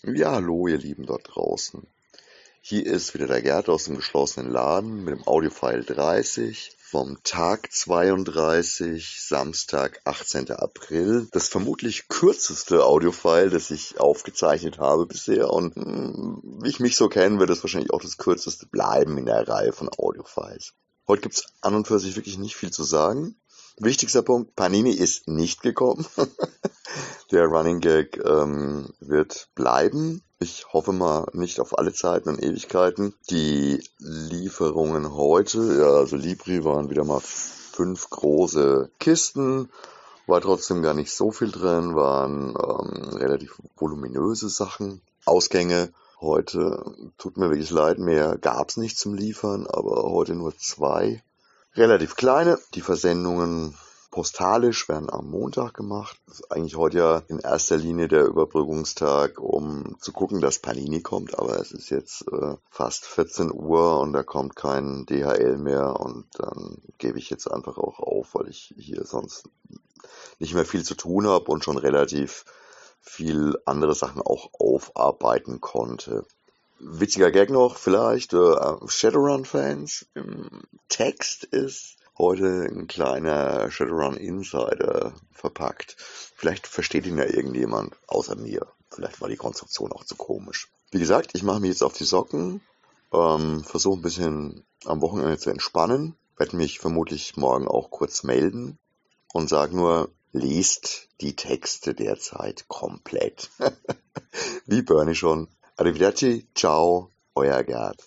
Ja, hallo, ihr Lieben dort draußen. Hier ist wieder der Gerd aus dem geschlossenen Laden mit dem Audiofile 30 vom Tag 32, Samstag, 18. April. Das vermutlich kürzeste Audiofile, das ich aufgezeichnet habe bisher. Und wie ich mich so kenne, wird es wahrscheinlich auch das kürzeste bleiben in der Reihe von Audiofiles. Heute gibt's an und für sich wirklich nicht viel zu sagen. Wichtigster Punkt, Panini ist nicht gekommen. Der Running Gag wird bleiben. Ich hoffe mal nicht auf alle Zeiten und Ewigkeiten. Die Lieferungen heute, ja, also Libri waren wieder mal 5 große Kisten. War trotzdem gar nicht so viel drin, waren relativ voluminöse Sachen. Ausgänge heute, tut mir wirklich leid, mehr gab's nicht zum Liefern, aber heute nur 2. Relativ kleine. Die Versendungen postalisch werden am Montag gemacht. Das ist eigentlich heute ja in erster Linie der Überbrückungstag, um zu gucken, dass Panini kommt. Aber es ist jetzt fast 14 Uhr und da kommt kein DHL mehr. Und dann gebe ich jetzt einfach auch auf, weil ich hier sonst nicht mehr viel zu tun habe und schon relativ viel andere Sachen auch aufarbeiten konnte. Witziger Gag noch, vielleicht, Shadowrun-Fans. Im Text ist heute ein kleiner Shadowrun-Insider verpackt. Vielleicht versteht ihn ja irgendjemand, außer mir. Vielleicht war die Konstruktion auch zu komisch. Wie gesagt, ich mache mich jetzt auf die Socken, versuche ein bisschen am Wochenende zu entspannen, werde mich vermutlich morgen auch kurz melden und sage nur, lest die Texte derzeit komplett. Wie Bernie schon. Arrivederci, ciao, euer Gerd.